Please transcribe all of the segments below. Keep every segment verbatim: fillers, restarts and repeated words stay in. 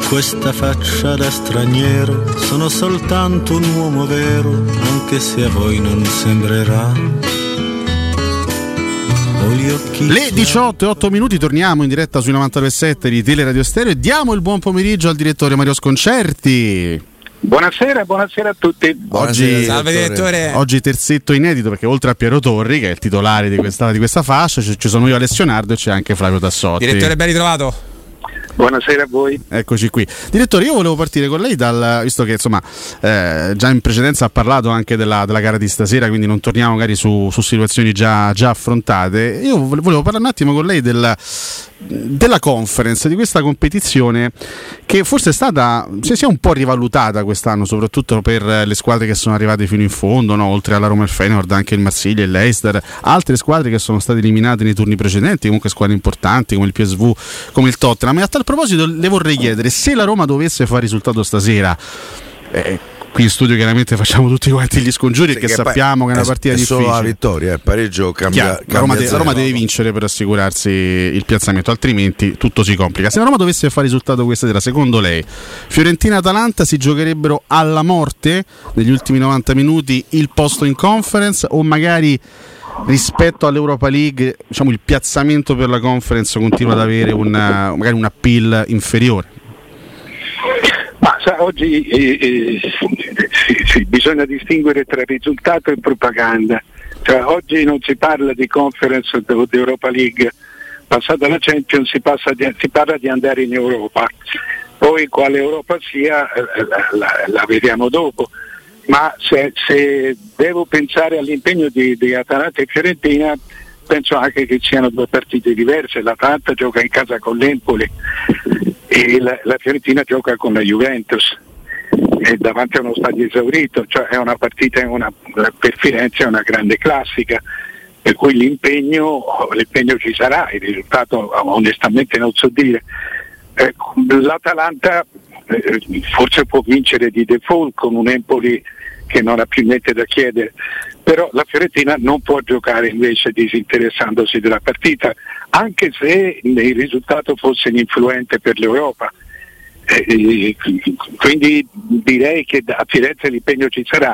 questa faccia da straniero, sono soltanto un uomo vero, anche se a voi non sembrerà. Le diciotto e otto minuti, torniamo in diretta sui novantadue virgola sette di Teleradio Stereo e diamo il buon pomeriggio al direttore Mario Sconcerti. Buonasera, buonasera a tutti. Oggi, buonasera, salve direttore. Oggi terzetto inedito, perché oltre a Piero Torri, che è il titolare di questa, di questa fascia, ci sono io, Alessio Nardo, e c'è anche Flavio Tassotti. Direttore, ben ritrovato. Buonasera a voi. Eccoci qui. Direttore, io volevo partire con lei dal, visto che insomma eh, già in precedenza ha parlato anche della, della gara di stasera, quindi non torniamo magari su, su situazioni già, già affrontate. Io volevo parlare un attimo con lei del, della conference, di questa competizione che forse è stata, si è un po' rivalutata quest'anno, soprattutto per le squadre che sono arrivate fino in fondo, no? Oltre alla Roma e il Feyenoord anche il Marsiglia e il Leicester, altre squadre che sono state eliminate nei turni precedenti, comunque squadre importanti come il P S V, come il Tottenham. E a tal proposito le vorrei chiedere, se la Roma dovesse fare risultato stasera, eh, qui in studio chiaramente facciamo tutti quanti gli scongiuri, perché sì, sappiamo che è una partita è difficile. Solo la vittoria, il pareggio cambia, Chiaro, cambia la, Roma de- la Roma zero. deve vincere per assicurarsi il piazzamento, altrimenti tutto si complica. Se la Roma dovesse fare risultato questa sera, secondo lei Fiorentina-Atalanta si giocherebbero alla morte negli ultimi novanta minuti il posto in conference, o magari rispetto all'Europa League, diciamo, il piazzamento per la conference continua ad avere una, magari un appeal inferiore? Ma sa, oggi eh, eh, sì, sì, bisogna distinguere tra risultato e propaganda. Cioè, oggi non si parla di conference o di Europa League, passata la Champions si, passa di, si parla di andare in Europa. Poi quale Europa sia eh, la, la, la vediamo dopo. Ma se, se devo pensare all'impegno di, di Atalanta e Fiorentina, penso anche che siano due partite diverse. L'Atalanta gioca in casa con l'Empoli e la, la Fiorentina gioca con la Juventus, e davanti a uno stadio esaurito, cioè è una partita, una, per Firenze è una grande classica, per cui l'impegno, l'impegno ci sarà, il risultato onestamente non so dire. Eh, L'Atalanta eh, forse può vincere di default con un Empoli che non ha più niente da chiedere, però la Fiorentina non può giocare invece disinteressandosi della partita, anche se il risultato fosse ininfluente per l'Europa. Eh, quindi direi che a Firenze l'impegno ci sarà,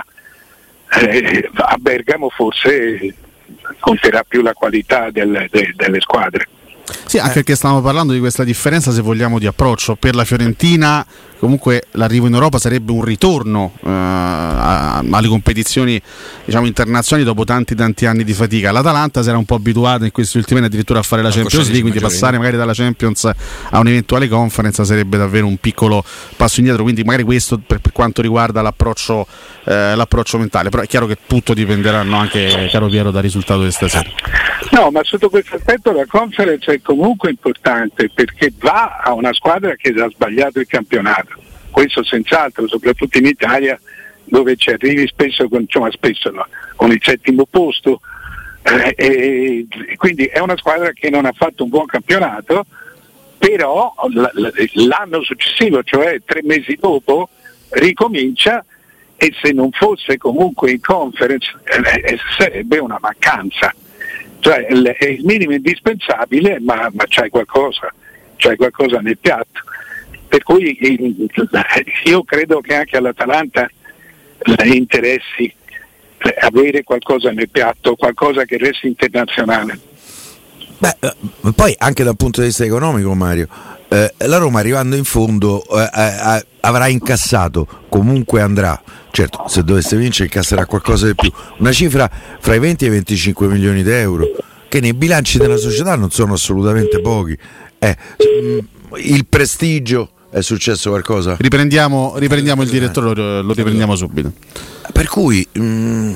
eh, a Bergamo forse conterà più la qualità del, de, delle squadre. Sì, anche perché stavamo parlando di questa differenza, se vogliamo, di approccio. Per la Fiorentina comunque l'arrivo in Europa sarebbe un ritorno eh, a, alle competizioni, diciamo, internazionali dopo tanti tanti anni di fatica. L'Atalanta si era un po' abituata in questi ultimi anni addirittura a fare la Champions League, quindi passare magari dalla Champions a un'eventuale conference sarebbe davvero un piccolo passo indietro, quindi magari questo per, per quanto riguarda l'approccio, eh, l'approccio mentale. Però è chiaro che tutto dipenderà, no, anche, caro Piero, dal risultato di stasera. No, ma sotto questo aspetto la conference è comunque importante, perché va a una squadra che ha sbagliato il campionato, questo senz'altro, soprattutto in Italia dove ci arrivi spesso con, insomma, spesso no, con il settimo posto, eh, e quindi è una squadra che non ha fatto un buon campionato, però l'anno successivo, cioè tre mesi dopo, ricomincia, e se non fosse comunque in conference eh, sarebbe una mancanza. Cioè è il minimo indispensabile, ma, ma c'hai qualcosa, c'hai qualcosa nel piatto. Per cui io credo che anche all'Atalanta interessi avere qualcosa nel piatto, qualcosa che resti internazionale. Beh, poi anche dal punto di vista economico, Mario, eh, la Roma arrivando in fondo eh, eh, avrà incassato, comunque andrà, certo, se dovesse vincere incasserà qualcosa di più, una cifra fra i venti e i venticinque milioni di euro, che nei bilanci della società non sono assolutamente pochi. Eh, il prestigio, è successo qualcosa? Riprendiamo, riprendiamo il direttore, lo, lo riprendiamo subito. Per cui mh,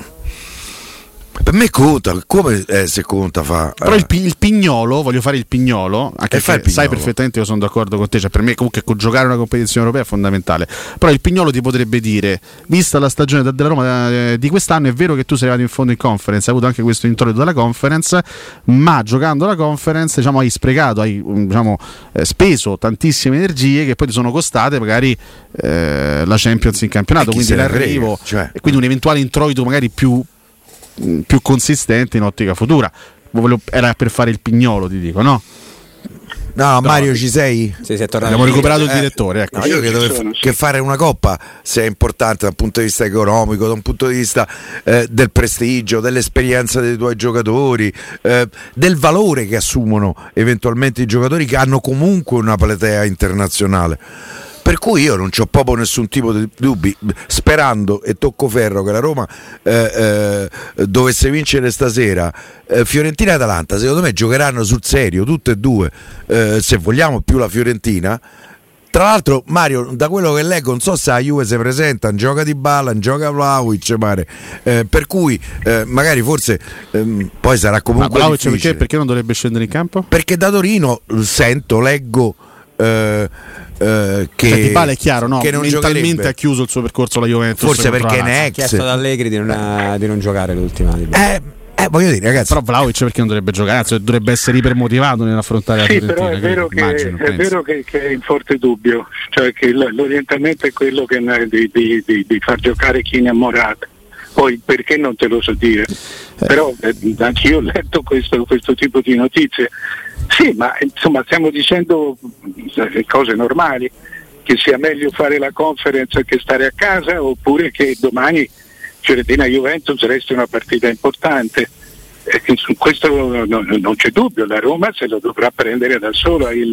per me conta, come eh, se conta fa. Però il, il Pignolo, voglio fare il Pignolo, anche E perché sai perfettamente, io sono d'accordo con te, cioè per me comunque giocare una competizione europea è fondamentale. Però il Pignolo ti potrebbe dire, vista la stagione della Roma eh, di quest'anno, è vero che tu sei arrivato in fondo in conference, hai avuto anche questo introito dalla conference, ma giocando la conference, diciamo, hai sprecato, hai diciamo, eh, speso tantissime energie che poi ti sono costate magari eh, la Champions in campionato, quindi l'arrivo, cioè. e quindi un eventuale introito magari più più consistente in ottica futura. Era per fare il Pignolo, ti dico, no? No, Mario, ci sei? Sì, si è tornato. Abbiamo recuperato il Eh, direttore, ecco. No, io credo che, sono, sì. che fare una coppa sia importante dal punto di vista economico, da un punto di vista eh, del prestigio, dell'esperienza dei tuoi giocatori, eh, del valore che assumono eventualmente i giocatori che hanno comunque una platea internazionale. Per cui io non c'ho proprio nessun tipo di dubbi, sperando, e tocco ferro, che la Roma eh, eh, dovesse vincere stasera. eh, Fiorentina e Atalanta secondo me giocheranno sul serio tutte e due, eh, se vogliamo più la Fiorentina. Tra l'altro, Mario, da quello che leggo, non so se la Juve si presenta, gioca Di Balla, gioca Vlahovic, pare. Eh, per cui eh, magari forse ehm, poi sarà comunque Ma Vlahovic difficile. perché, perché non dovrebbe scendere in campo? Perché da Torino sento, leggo eh, eh, che Cioè, Di Balla è chiaro, no? che non Mentalmente giocherebbe. ha chiuso il suo percorso la Juventus. Forse contro perché la ne Lazio. è Ha chiesto ad Allegri di non, di non giocare l'ultima. Di Eh, eh, voglio dire, ragazzi, Però Vlahovic perché non dovrebbe giocare? Anzi, dovrebbe essere ipermotivato nell'affrontare la Sì, Fiorentina. però è vero, che, immagino, è penso. vero che, che è in forte dubbio, cioè che l- l'orientamento è quello che, di, di, di, di far giocare chi ne è innamorato. Poi perché non te lo so dire, però eh, anch'io ho letto questo, questo tipo di notizie. Sì, ma insomma stiamo dicendo eh, cose normali, che sia meglio fare la conference che stare a casa, oppure che domani Fiorentina-Juventus resti una partita importante. Eh, su questo no, no, non c'è dubbio, la Roma se lo dovrà prendere da sola il,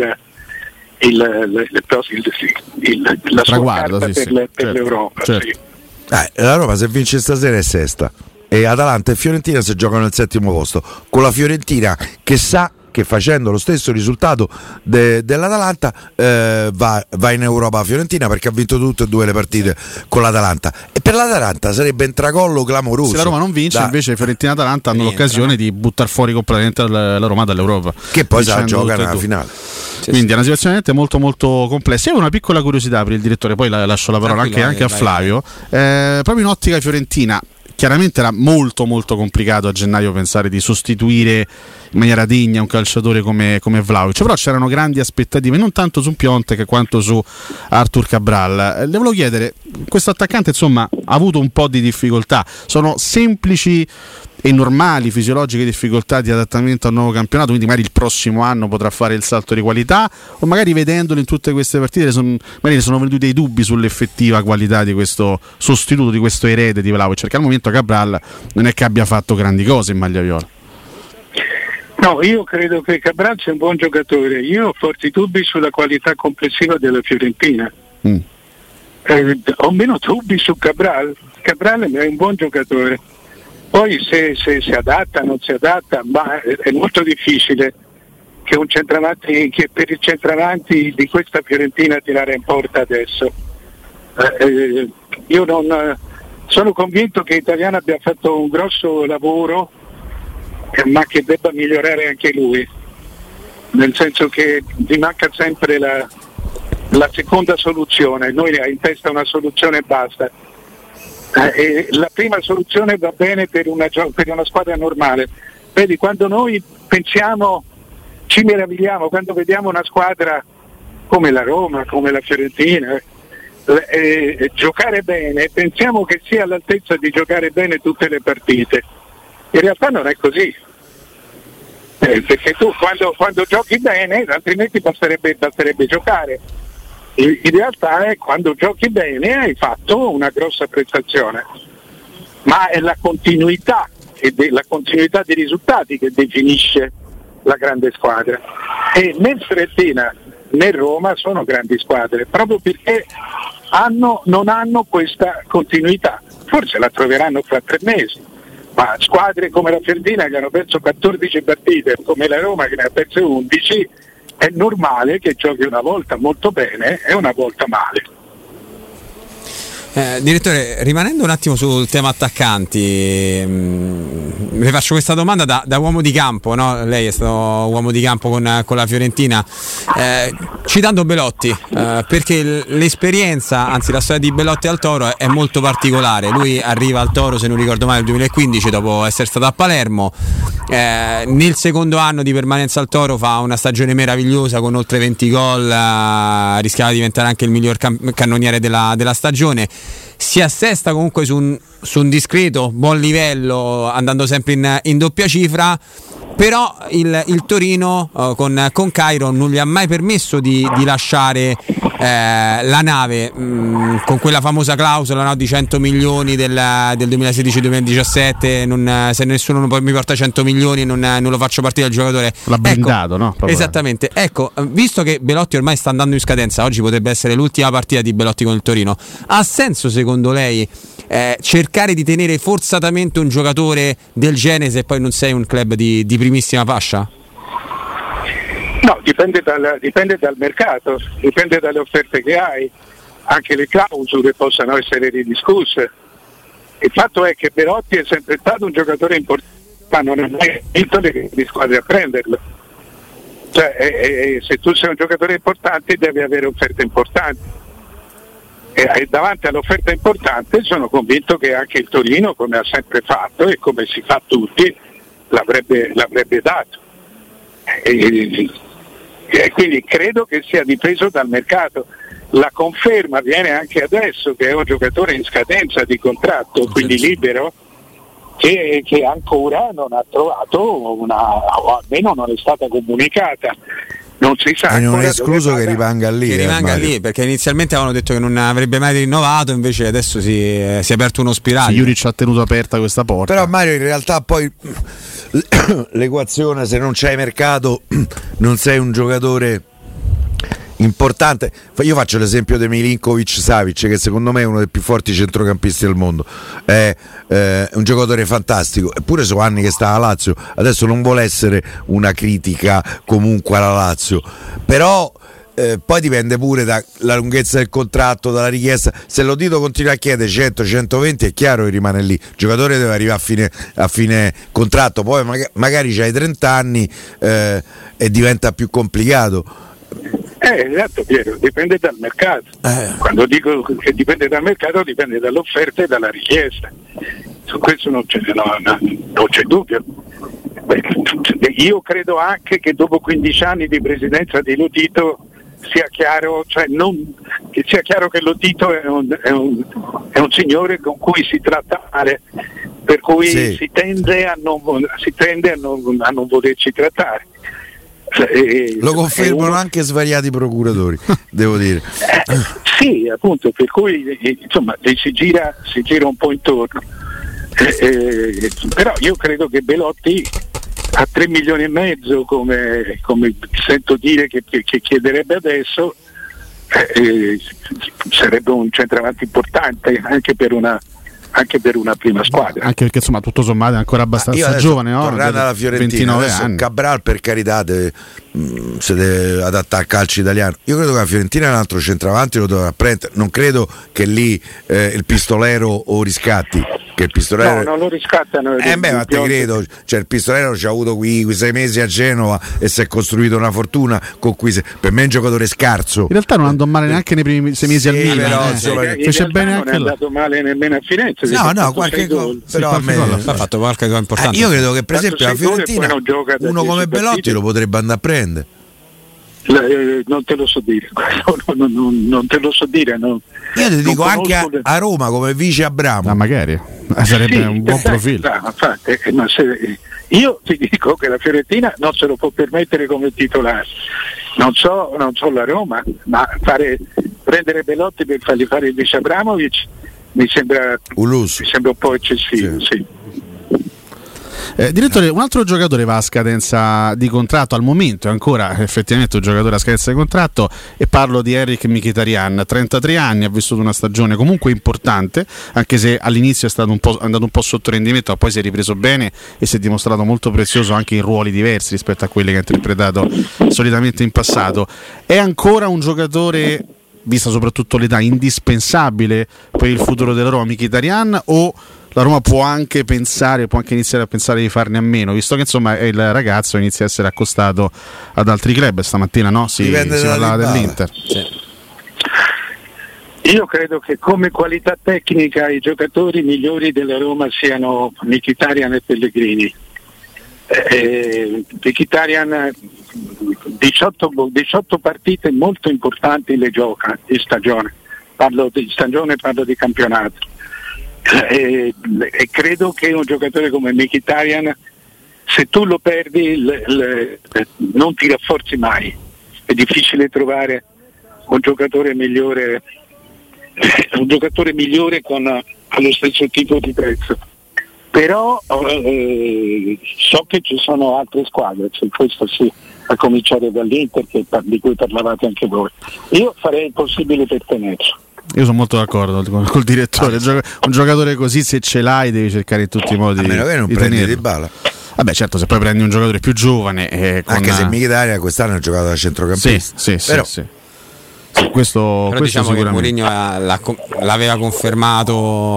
il, il, il, il, la sua Traguardo, carta sì, per, sì, le- per certo, l'Europa. certo. Sì. eh, la Roma se vince stasera è sesta e Atalanta e Fiorentina se giocano al settimo posto, con la Fiorentina che sa che facendo lo stesso risultato de- dell'Atalanta eh, va, va in Europa. Fiorentina perché ha vinto tutte e due le partite con l'Atalanta, e per l'Atalanta sarebbe un tracollo clamoroso. Se la Roma non vince, da- invece Fiorentina e Atalanta hanno Niente, l'occasione no? di buttare fuori completamente la la Roma dall'Europa, che poi se la vincendo gioca tutte e nella due. finale. Sì, Quindi sì. è una situazione veramente molto molto complessa. Io ho una piccola curiosità per il direttore, poi la- lascio la parola anche, Tranquillo, anche a vai, Flavio. Eh, proprio in ottica fiorentina, chiaramente era molto molto complicato a gennaio pensare di sostituire in maniera degna un calciatore come, come Vlahovic, però c'erano grandi aspettative non tanto su Piontek quanto su Artur Cabral. Eh, le volevo chiedere, questo attaccante insomma ha avuto un po' di difficoltà, sono semplici e normali, fisiologiche difficoltà di adattamento al nuovo campionato, quindi magari il prossimo anno potrà fare il salto di qualità, o magari vedendolo in tutte queste partite son, magari sono venuti dei dubbi sull'effettiva qualità di questo sostituto, di questo erede di Vlahovic, perché al momento Cabral non è che abbia fatto grandi cose in maglia viola. No, io credo che Cabral sia un buon giocatore, io ho forti dubbi sulla qualità complessiva della Fiorentina. Mm. Eh, ho meno dubbi su Cabral. Cabral è un buon giocatore, poi se, se si adatta non si adatta, ma è, è molto difficile che un centravanti, che per il centravanti di questa Fiorentina tirare in porta adesso. Eh, eh, io non eh, sono convinto che Italiano abbia fatto un grosso lavoro, eh, ma che debba migliorare anche lui, nel senso che gli manca sempre la, la seconda soluzione. Noi ha in testa una soluzione e basta. Eh, e la prima soluzione va bene per una, gio- per una squadra normale. Vedi, quando noi pensiamo, ci meravigliamo quando vediamo una squadra come la Roma, come la Fiorentina eh, eh, giocare bene, pensiamo che sia all'altezza di giocare bene tutte le partite. In realtà non è così, eh, perché tu quando, quando giochi bene, altrimenti basterebbe, basterebbe giocare. In in realtà è quando giochi bene hai fatto una grossa prestazione, ma è la continuità, e de- la continuità di risultati che definisce la grande squadra. E né Fiorentina né Roma sono grandi squadre, proprio perché hanno, non hanno questa continuità. Forse la troveranno fra tre mesi, ma squadre come la Fiorentina che hanno perso quattordici partite, come la Roma che ne ha perse undici, è normale che giochi una volta molto bene e una volta male. Eh, direttore, rimanendo un attimo sul tema attaccanti, mh, le faccio questa domanda da, da uomo di campo, no? Lei è stato uomo di campo con, con la Fiorentina, eh, citando Belotti, eh, perché l- l'esperienza, anzi la storia di Belotti al Toro è molto particolare. Lui arriva al Toro, se non ricordo male, nel duemilaquindici dopo essere stato a Palermo, eh, nel secondo anno di permanenza al Toro fa una stagione meravigliosa con oltre venti gol, eh, rischiava di diventare anche il miglior cam- cannoniere della, della stagione. Si assesta comunque su un, su un discreto buon livello, andando sempre in, in doppia cifra. però il, il Torino uh, con, con Cairo non gli ha mai permesso di, di lasciare eh, la nave mh, con quella famosa clausola, no, di cento milioni del, del duemilasedici duemiladiciassette, non, se nessuno non mi porta cento milioni non, non lo faccio partire al giocatore. L'ha blindato, ecco, no? Proprio. Esattamente. Ecco, visto che Belotti ormai sta andando in scadenza, oggi potrebbe essere l'ultima partita di Belotti con il Torino, ha senso secondo lei eh, cercare di tenere forzatamente un giocatore del genere se poi non sei un club di, di primissima fascia? No, dipende dal, dipende dal mercato, dipende dalle offerte che hai, anche le clausole possono essere ridiscusse. Il fatto è che Belotti è sempre stato un giocatore importante, ma non è mai vinto le squadre a prenderlo. Cioè, e, e, se tu sei un giocatore importante devi avere offerte importanti. E, e davanti all'offerta importante sono convinto che anche il Torino, come ha sempre fatto e come si fa tutti, l'avrebbe, l'avrebbe dato. E, e quindi credo che sia dipeso dal mercato. La conferma viene anche adesso che è un giocatore in scadenza di contratto, quindi libero, che, che ancora non ha trovato una, o almeno non è stata comunicata. Non si sa. E non è escluso che rimanga lì. Che eh, rimanga Mario. lì, perché inizialmente avevano detto che non avrebbe mai rinnovato, invece adesso si, eh, si è aperto uno spiraglio. Sì, Juric ha tenuto aperta questa porta. Però Mario, in realtà poi l'equazione, se non c'hai mercato non sei un giocatore importante. Io faccio l'esempio di Milinkovic-Savic, che secondo me è uno dei più forti centrocampisti del mondo, è eh, un giocatore fantastico, eppure sono anni che sta a Lazio. Adesso non vuole essere una critica comunque alla Lazio, però eh, poi dipende pure dalla lunghezza del contratto, dalla richiesta. Se l'Odito continua a chiedere cento centoventi è chiaro che rimane lì, il giocatore deve arrivare a fine, a fine contratto, poi magari, magari c'hai trenta anni eh, e diventa più complicato. Eh, esatto, Piero, dipende dal mercato. Eh. Quando dico che dipende dal mercato, dipende dall'offerta e dalla richiesta. Su questo non c'è, no, no, non c'è dubbio. Beh, io credo anche che dopo quindici anni di presidenza di Lotito sia chiaro, cioè non, che sia chiaro che Lotito è un, è, un, è un signore con cui si tratta male, per cui sì. si tende a non, si tende a non, a non volerci trattare. Eh, Lo confermano uno... anche svariati procuratori, devo dire. Eh, sì, appunto, per cui eh, insomma si gira, si gira un po' intorno. Eh, eh, però io credo che Belotti a tre milioni e mezzo, come, come sento dire che, che, che chiederebbe adesso, eh, sarebbe un centravanti importante anche per una anche per una prima squadra, anche perché insomma tutto sommato è ancora abbastanza adesso, giovane, no? Tornando alla Fiorentina, ventinove adesso anni. Cabral, per carità, deve, mh, se deve adattare al calcio italiano. Io credo che la Fiorentina un altro centravanti lo dovrà prendere, non credo che lì eh, il pistolero o riscatti, che il pistolero no, non lo riscattano. Eh beh, ma te credo, cioè il pistolero ci ha avuto qui, qui sei mesi a Genova e si è costruito una fortuna con cui se, per me è un giocatore scarso. In realtà non andò male neanche nei primi sei mesi sì, al Milan, però, eh. insomma, in fece bene non anche è andato male nemmeno a Firenze. No, no, qualche gol, però a me ha fatto qualche cosa importante. Eh, io credo che per esempio la Fiorentina uno come Belotti lo potrebbe andare a prendere. Eh, non te lo so dire, non, non, non te lo so dire. Non, io ti dico anche a, a Roma come vice Abramo. Ma magari sarebbe sì, un buon profilo. No, infatti, eh, ma se, io ti dico che la Fiorentina non se lo può permettere come titolare. Non so, non so la Roma, ma fare, prendere Belotti per fargli fare il vice Abramovic mi sembra un lusso. Mi sembra un po' eccessivo, sì. sì. Eh, direttore, un altro giocatore va a scadenza di contratto al momento, è ancora effettivamente un giocatore a scadenza di contratto, e parlo di Eric Mkhitaryan, trentatré anni, ha vissuto una stagione comunque importante, anche se all'inizio è stato un po', è andato un po' sotto rendimento, ma poi si è ripreso bene e si è dimostrato molto prezioso anche in ruoli diversi rispetto a quelli che ha interpretato solitamente in passato. È ancora un giocatore, vista soprattutto l'età, indispensabile per il futuro della Roma Mkhitaryan, o la Roma può anche pensare, può anche iniziare a pensare di farne a meno, visto che insomma il ragazzo inizia a essere accostato ad altri club? Stamattina no? Si, si parlava dell'Inter. Sì. Io credo che come qualità tecnica i giocatori migliori della Roma siano Mkhitaryan e Pellegrini. Eh, Mkhitaryan diciotto, diciotto partite molto importanti le gioca in stagione, parlo di stagione, parlo di campionato. E, e credo che un giocatore come Mkhitaryan se tu lo perdi il, il, non ti rafforzi mai, è difficile trovare un giocatore migliore un giocatore migliore con allo stesso tipo di prezzo. Però eh, so che ci sono altre squadre, cioè questo sì, a cominciare dall'Inter che, di cui parlavate anche voi. Io farei il possibile per tenerlo. Io sono molto d'accordo col, col direttore, ah, un giocatore così se ce l'hai devi cercare in tutti i modi a meno che non di prendi tenerlo. Dybala. Vabbè, certo, se poi prendi un giocatore più giovane eh, con anche se Mkhitaryan quest'anno ha giocato da centrocampista. Sì, sì, però sì, sì. Sì, questo, però questo diciamo che Mourinho l'ha, l'aveva confermato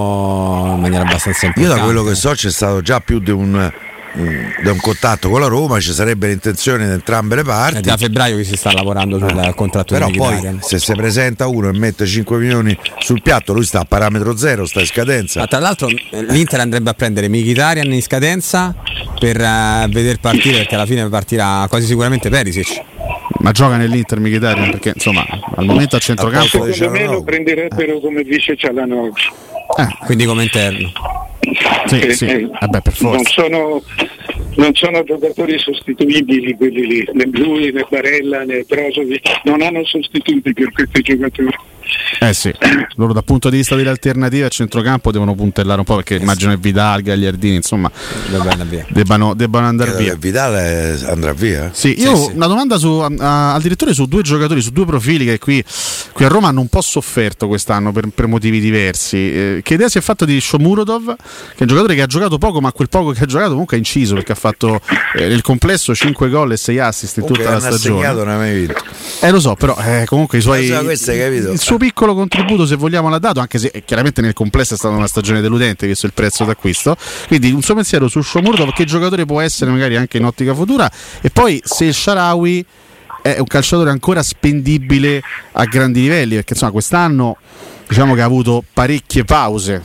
in maniera abbastanza importante. Io da quello che so c'è stato già più di un da un contatto con la Roma, ci sarebbe l'intenzione di entrambe le parti. È da febbraio che si sta lavorando sul eh, contratto però di Mkhitaryan. Poi se si presenta uno e mette cinque milioni sul piatto, lui sta a parametro zero, sta in scadenza. Ma tra l'altro l'Inter andrebbe a prendere Mkhitaryan in scadenza per uh, vedere partire, perché alla fine partirà quasi sicuramente Perisic. Ma gioca nell'Inter Mkhitaryan, perché insomma al momento a centrocampo a secondo me lo prenderebbero eh. come vice Cialanoglu, eh. quindi come interno. Sì, eh, sì. Eh, Vabbè, per forza. Non sono, non sono giocatori sostituibili quelli lì, né lui né Barella né Brozovic non hanno sostituti per questi giocatori. Eh sì, loro dal punto di vista delle alternative a centrocampo devono puntellare un po', perché immagino che Vidal, Gagliardini insomma debbano, debbano andare via. Vidal è, andrà via? Sì, io ho sì, una domanda su, a, al direttore su due giocatori, su due profili che qui, qui a Roma hanno un po' sofferto quest'anno per, per motivi diversi. Eh, che idea si è fatto di Shomurodov, che è un giocatore che ha giocato poco, ma quel poco che ha giocato comunque ha inciso, perché ha fatto eh, nel complesso cinque gol e sei assist in tutta la stagione. Segnato, non ha mai vinto. Eh lo so, però eh, comunque i suoi so, questo hai capito. Il suo piccolo contributo, se vogliamo, l'ha dato, anche se eh, chiaramente nel complesso è stata una stagione deludente visto il prezzo d'acquisto. Quindi un suo pensiero su Shomurodov, che giocatore può essere magari anche in ottica futura, e poi se il Shaarawy è un calciatore ancora spendibile a grandi livelli, perché insomma quest'anno diciamo che ha avuto parecchie pause.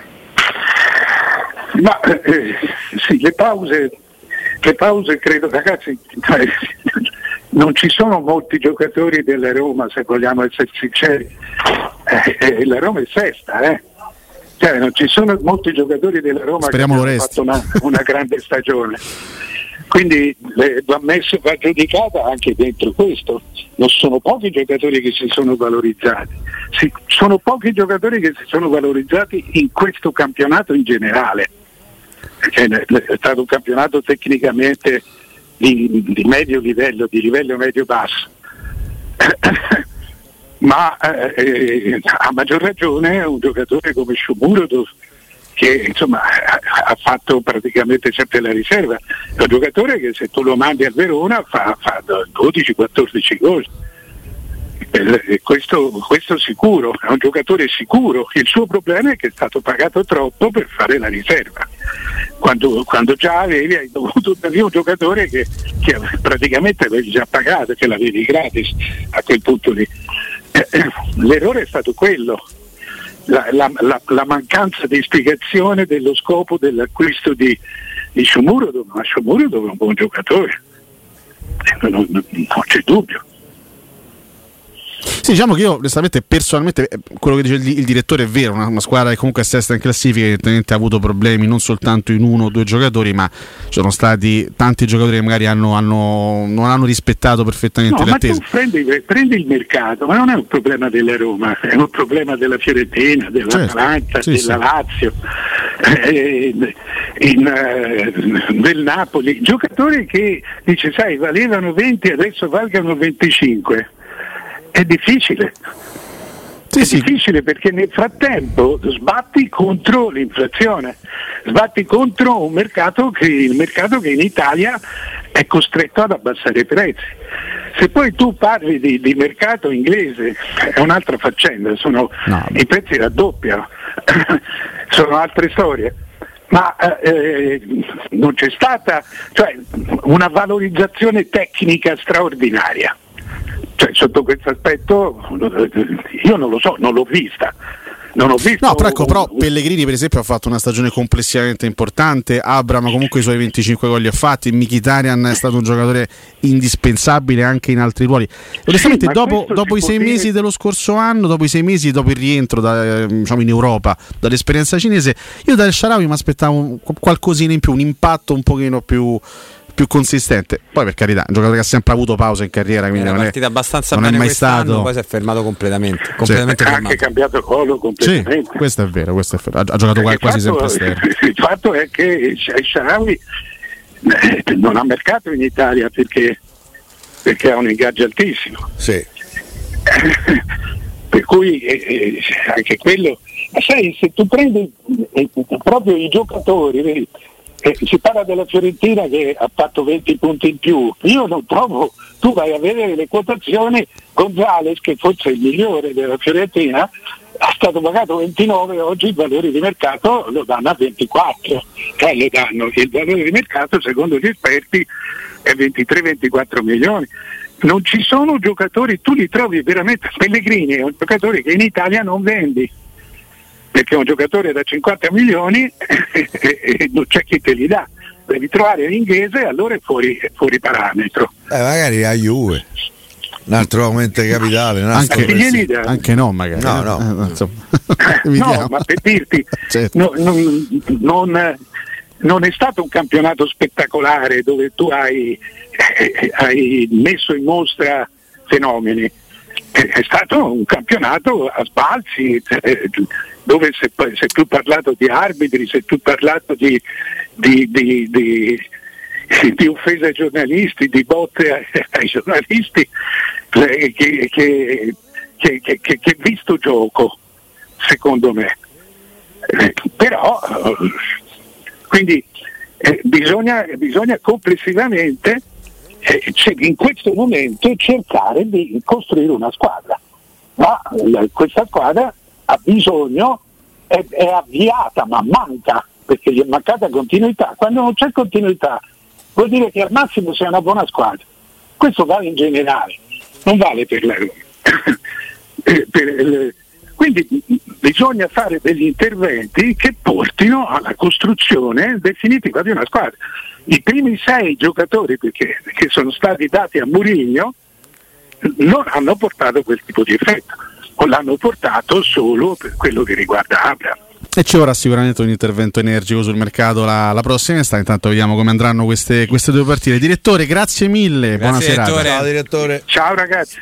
Ma eh, sì, le pause le pause credo, ragazzi, non ci sono molti giocatori della Roma, se vogliamo essere sinceri. Eh, eh, la Roma è sesta, eh. Cioè, non ci sono molti giocatori della Roma. Speriamo che hanno fatto una, una grande stagione. Quindi le, va messo, va giudicata anche dentro questo. Non sono pochi giocatori che si sono valorizzati. Si, sono pochi giocatori che si sono valorizzati in questo campionato in generale. Perché è stato un campionato tecnicamente di, di medio livello, di livello medio-basso. Ma eh, a maggior ragione un giocatore come Shomurodov, che insomma ha fatto praticamente sempre la riserva, è un giocatore che se tu lo mandi al Verona fa, fa dodici quattordici gol. Eh, questo, questo sicuro, è un giocatore sicuro. Il suo problema è che è stato pagato troppo per fare la riserva, quando, quando già avevi hai dovuto avere un giocatore che, che praticamente avevi già pagato, che l'avevi gratis a quel punto lì. Eh, eh, l'errore è stato quello, la, la, la, la mancanza di spiegazione dello scopo dell'acquisto di, di Shomurodov. Ma Shomurodov è un buon giocatore, non, non, non c'è dubbio. Sì, diciamo che io onestamente personalmente quello che dice il, il direttore è vero, una, una squadra che comunque è sesta in classifica, evidentemente ha avuto problemi non soltanto in uno o due giocatori, ma ci sono stati tanti giocatori che magari hanno, hanno, non hanno rispettato perfettamente no, le attese. Ma tu prendi, prendi il mercato, ma non è un problema della Roma, è un problema della Fiorentina, dell'Atalanta, certo, sì, della sì. Lazio, eh, in, eh, del Napoli, giocatori che dice sai valevano venti adesso valgano venticinque. È difficile, sì, è sì. difficile perché nel frattempo sbatti contro l'inflazione, sbatti contro un mercato che, il mercato che in Italia è costretto ad abbassare i prezzi. Se poi tu parli di, di mercato inglese è un'altra faccenda, sono, no. i prezzi raddoppiano, sono altre storie. Ma eh, non c'è stata cioè, una valorizzazione tecnica straordinaria. Cioè, sotto questo aspetto io non lo so, non l'ho vista, non ho visto. No, però, ecco, però Pellegrini per esempio ha fatto una stagione complessivamente importante, Abramo comunque i suoi venticinque gol li ha fatti, Mkhitaryan è stato un giocatore indispensabile anche in altri ruoli. Onestamente sì, dopo, dopo i sei dire... mesi dello scorso anno, dopo i sei mesi dopo il rientro da, diciamo in Europa dall'esperienza cinese, io da El Shaarawy mi aspettavo un, qualcosina in più, un impatto un pochino più più consistente. Poi per carità, un giocatore che ha sempre avuto pausa in carriera, quindi era non partita è, abbastanza non bene è mai quest'anno, stato, poi si è fermato completamente, completamente ha fermato. anche cambiato ruolo completamente. Sì, questo è vero, questo è vero. Ha, ha giocato Perché quasi fatto, sempre esterno. Il fatto è che El Shaarawy non ha mercato in Italia perché, perché ha un ingaggio altissimo. Sì. Per cui eh, eh, anche quello, ma sai, se tu prendi eh, proprio i giocatori, vedi, eh, si parla della Fiorentina che ha fatto venti punti in più, io non trovo, tu vai a vedere le quotazioni, Gonzales che forse è il migliore della Fiorentina ha stato pagato ventinove, oggi il valore di mercato lo danno a ventiquattro, cioè lo danno, il valore di mercato secondo gli esperti è ventitré ventiquattro milioni. Non ci sono giocatori, tu li trovi veramente. Pellegrini è un giocatore che in Italia non vendi, perché è un giocatore da cinquanta milioni e, e non c'è chi te li dà. Devi trovare l'inglese, allora è fuori, è fuori parametro. Eh, magari a Juve, un altro aumento di capitale, un altro anche, anche no, magari. No, no, eh, insomma. No, ma per dirti, certo. no, non, non, non è stato un campionato spettacolare dove tu hai, eh, hai messo in mostra fenomeni. È stato un campionato a sbalzi, eh, dove si è più parlato di arbitri, si è più parlato di, di, di, di, di offese ai giornalisti, di botte ai, ai giornalisti, eh, che, che, che, che, che, che visto gioco, secondo me. Eh, però, eh, quindi eh, bisogna, bisogna complessivamente eh, in questo momento cercare di costruire una squadra, ma eh, questa squadra ha bisogno, è, è avviata ma manca, perché gli è mancata continuità. Quando non c'è continuità vuol dire che al massimo sei una buona squadra. Questo vale in generale, non vale per la Roma. per, quindi bisogna fare degli interventi che portino alla costruzione definitiva di una squadra. I primi sei giocatori perché, che sono stati dati a Mourinho non hanno portato quel tipo di effetto, o l'hanno portato solo per quello che riguarda Abraham. E ci vorrà sicuramente un intervento energico sul mercato la, la prossima estate. Intanto vediamo come andranno queste, queste due partite. Direttore, grazie mille, grazie, buona serata. Ciao direttore. Ciao ragazzi.